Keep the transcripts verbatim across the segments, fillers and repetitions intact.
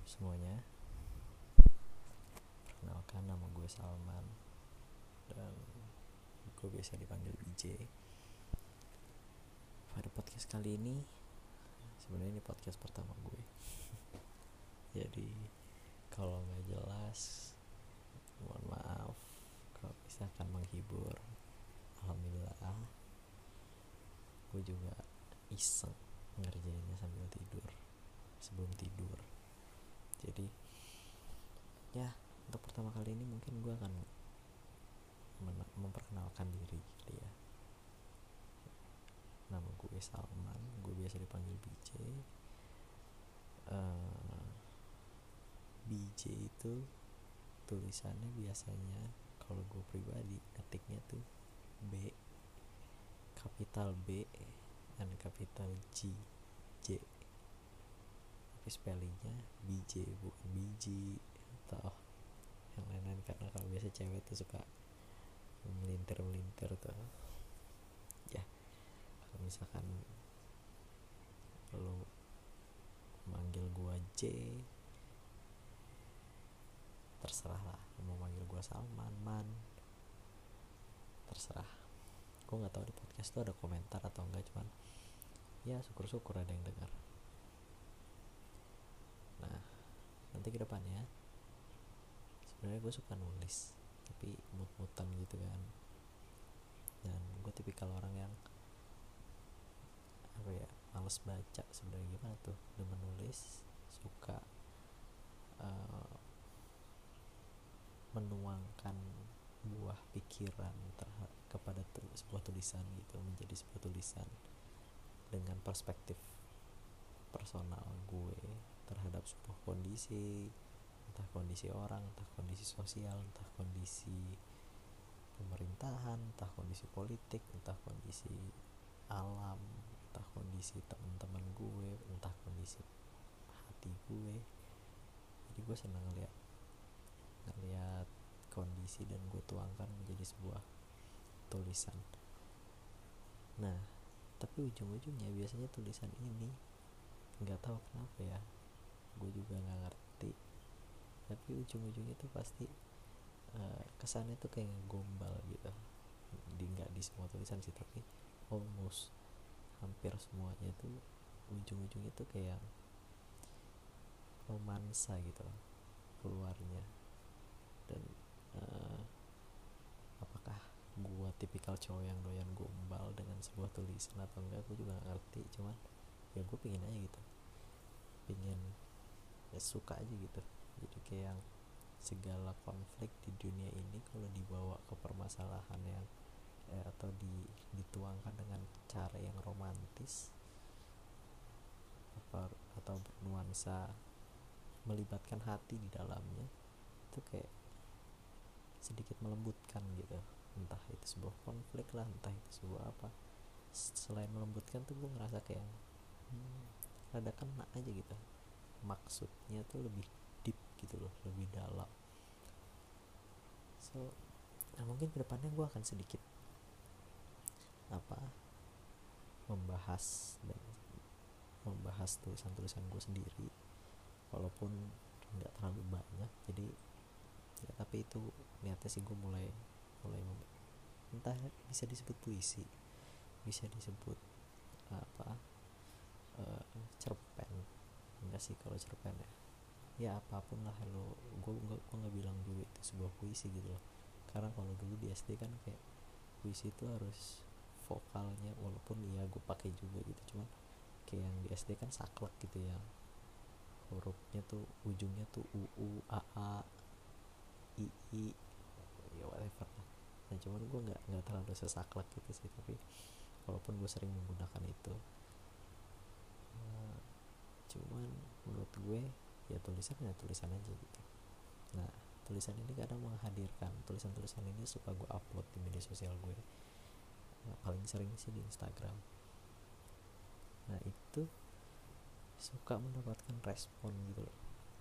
semuanya, perkenalkan nama gue Salman dan gue biasa dipanggil B J. Pada podcast kali ini, sebenarnya ini podcast pertama gue. Jadi kalau nggak jelas, mohon maaf. Kalau misalkan menghibur, alhamdulillah. Gue juga iseng ngerjainnya sambil tidur, sebelum tidur. Jadi ya, untuk pertama kali ini mungkin gue akan men- memperkenalkan diri gitu ya. Nama gue Salman, gue biasa dipanggil B J. uh, B J itu tulisannya biasanya kalau gue pribadi ketiknya tuh B, kapital B dan kapital G, J. Tapi spellingnya B J bukan B G atau yang lain-lain, karena kalau biasa cewek tuh suka melintir-melintir tuh. Ya, kalau misalkan lo manggil gua J, terserah lah. Mau manggil gua Salman, Man, terserah. Gua nggak tahu di podcast tuh ada komentar atau enggak, cuman ya syukur-syukur ada yang dengar. Nah, nanti ke depannya sebenarnya gue suka nulis, tapi mut-mutan gitu kan. Dan gue tipikal orang yang apa ya, males baca sebenarnya. Gimana tuh, demen nulis, suka uh, menuangkan buah pikiran terha- kepada tu- sebuah tulisan gitu, menjadi sebuah tulisan dengan perspektif personal gue terhadap sebuah kondisi, entah kondisi orang, entah kondisi sosial, entah kondisi pemerintahan, entah kondisi politik, entah kondisi alam, entah kondisi teman-teman gue, entah kondisi hati gue. Jadi gue senang ngeliat ngeliat kondisi dan gue tuangkan menjadi sebuah tulisan. Nah, tapi ujung-ujungnya biasanya tulisan ini nggak tahu kenapa ya, gue juga nggak ngerti, tapi ujung-ujungnya tuh pasti uh, kesannya tuh kayak gombal gitu. Di nggak di semua tulisan sih, tapi almost hampir semuanya tuh ujung-ujungnya tuh kayak romansa gitu loh keluarnya. Dan uh, apakah gue tipikal cowok yang doyan gombal dengan sebuah tulisan atau enggak, gue juga gak ngerti. Cuman ya gue pingin aja gitu, pingin ya suka aja gitu. Jadi kayak yang segala konflik di dunia ini kalau dibawa ke permasalahan yang eh, atau di, dituangkan dengan cara yang romantis apa, atau bernuansa melibatkan hati di dalamnya, itu kayak sedikit melembutkan gitu. Entah itu sebuah konflik lah, entah itu sebuah apa. Selain melembutkan tuh gue ngerasa kayak hmm, rada kena aja gitu. Maksudnya tuh lebih deep gitu loh, lebih dalam. So, nah mungkin kedepannya gue akan sedikit apa membahas dan membahas tulisan-tulisan gue sendiri, walaupun nggak terlalu banyak. Jadi ya, tapi itu niatnya sih gue mulai mulai mem- entah bisa disebut puisi, bisa disebut apa uh, cerpen. Enggak sih kalau cerpen ya, ya apapun lah. Lo gue nggak gue nggak bilang dulu itu sebuah puisi gitu loh, karena kalau dulu di S D kan kayak puisi itu harus vokalnya, walaupun ya gue pakai juga gitu, cuman kayak yang di S D kan saklek gitu ya, hurufnya tuh ujungnya tuh u u a a i i ya whatever lah. Nah cuman gue nggak nggak terlalu sesaklek gitu sih, tapi walaupun gue sering menggunakan itu. Nah, cuman menurut gue ya tulisan ya tulisan aja gitu. Nah tulisan ini kadang menghadirkan, tulisan-tulisan ini suka gue upload di media sosial gue. Nah, paling sering sih di Instagram. Nah itu suka mendapatkan respon gitu loh.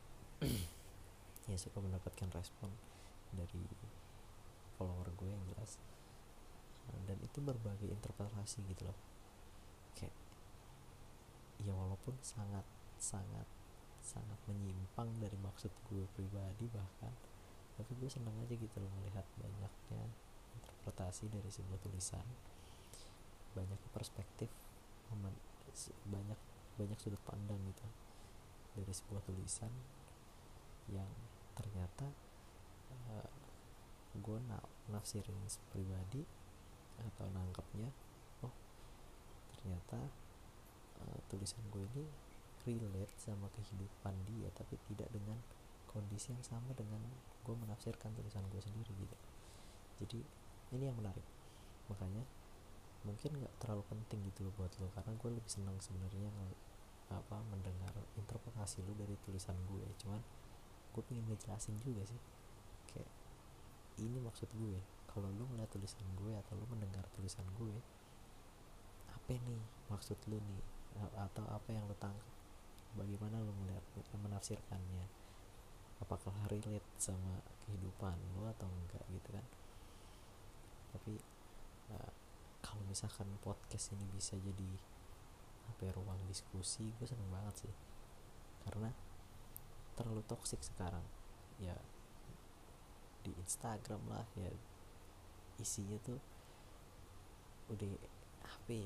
Ya suka mendapatkan respon dari follower gue yang jelas. Nah, dan itu berbagai interpretasi gitu loh. Kayak ya walaupun sangat sangat sangat menyimpang dari maksud gue pribadi bahkan, tapi gue seneng aja gitu loh melihat banyaknya interpretasi dari sebuah tulisan, banyak perspektif, banyak banyak sudut pandang gitu dari sebuah tulisan yang ternyata uh, gue na- nafsirin pribadi atau nangkepnya, oh ternyata uh, tulisan gue ini relate sama kehidupan dia, tapi tidak dengan kondisi yang sama dengan gue menafsirkan tulisan gue sendiri gitu. Jadi ini yang menarik, makanya mungkin nggak terlalu penting gitu loh buat lo, karena gue lebih senang sebenarnya apa mendengar interpretasi lo dari tulisan gue. Cuman gue pengen ngejelasin juga sih, kayak ini maksud gue. Kalau lo ngeliat tulisan gue atau lo mendengar tulisan gue, apa nih maksud lo nih, atau apa yang lo tangkap, bagaimana lo melihat menafsirkannya, apakah relate sama kehidupan lo atau enggak gitu kan. Tapi uh, kalau misalkan podcast ini bisa jadi apa ya, ruang diskusi, gue seneng banget sih, karena terlalu toksik sekarang ya di Instagram lah ya, isinya tuh udah apa ya,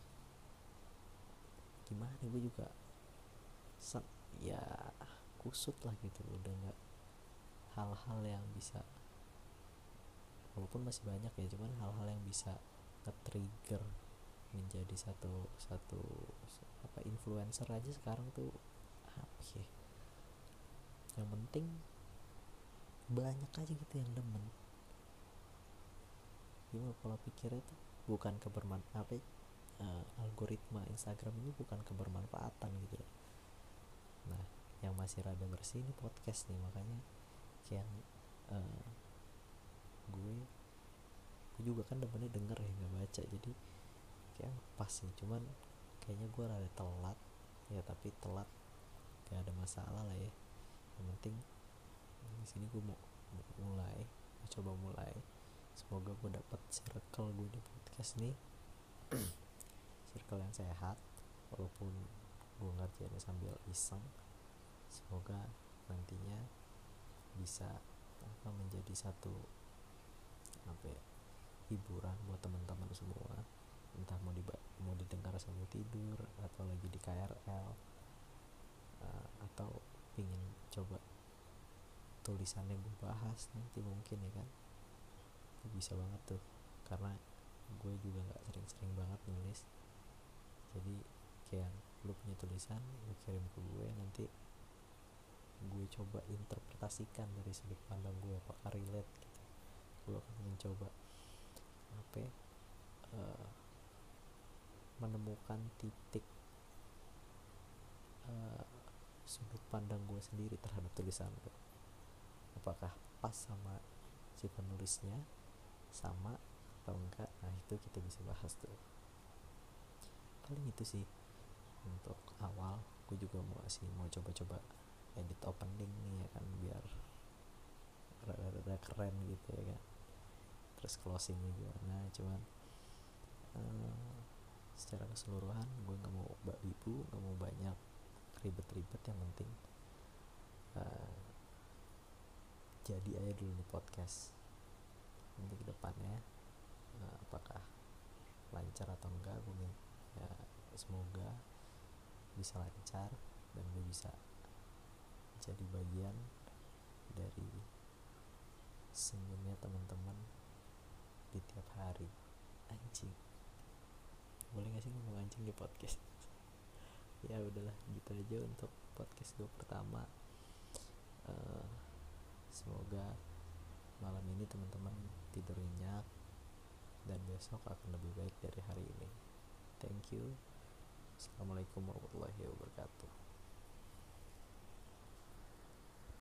gimana gue juga ya kusut lah gitu, udah nggak hal-hal yang bisa, walaupun masih banyak ya, cuman hal-hal yang bisa nge-trigger menjadi satu satu apa influencer aja sekarang tuh apa ya, yang penting banyak aja gitu yang demen. Gimana pola pikirnya tuh bukan kebermanfaatan, apa uh, algoritma Instagram ini bukan kebermanfaatan gitu. Nah yang masih rada bersih ini podcast nih, makanya kayak uh, gue gue juga kan demennya denger ya, nggak baca, jadi kayak pas sih. Cuman kayaknya gue rada telat ya, tapi telat gak ada masalah lah ya. Yang penting di sini gue mau, mau mulai mau coba mulai, semoga gue dapat circle gue di podcast nih circle yang sehat, walaupun gue ngerjainnya sambil iseng. Semoga nantinya bisa apa menjadi satu apa ya, hiburan buat teman-teman semua, entah mau di mau didengar sambil tidur atau lagi di K R L, uh, atau pingin coba tulisannya gue bahas nanti mungkin ya kan, itu bisa banget tuh, karena gue juga nggak sering-sering banget nulis. Jadi kayak lu punya tulisan, lu kirim ke gue, nanti gue coba interpretasikan dari sudut pandang gue apakah relate gitu. Gue akan mencoba apa uh, menemukan titik uh, sudut pandang gue sendiri terhadap tulisan gue, apakah pas sama si penulisnya, sama atau enggak. Nah itu kita bisa bahas tuh. Paling itu sih untuk awal. Gue juga mau sih mau coba-coba edit opening nih ya kan, biar rada-rada keren gitu ya kan, terus closingnya gimana. Cuman uh, secara keseluruhan gue nggak mau bak bibu, nggak mau banyak ribet-ribet, yang penting uh, jadi aja dulu nih podcast. Nanti ke depannya uh, apakah lancar atau enggak, gue ya semoga bisa lancar dan gue bisa jadi bagian dari senyumnya teman-teman di tiap hari. Anjing, boleh gak sih ngomong anjing di podcast? Ya udahlah, gitu aja untuk podcast gue pertama. uh, semoga malam ini teman-teman tidur nyenyak dan besok akan lebih baik dari hari ini. Thank you. Assalamualaikum warahmatullahi wabarakatuh.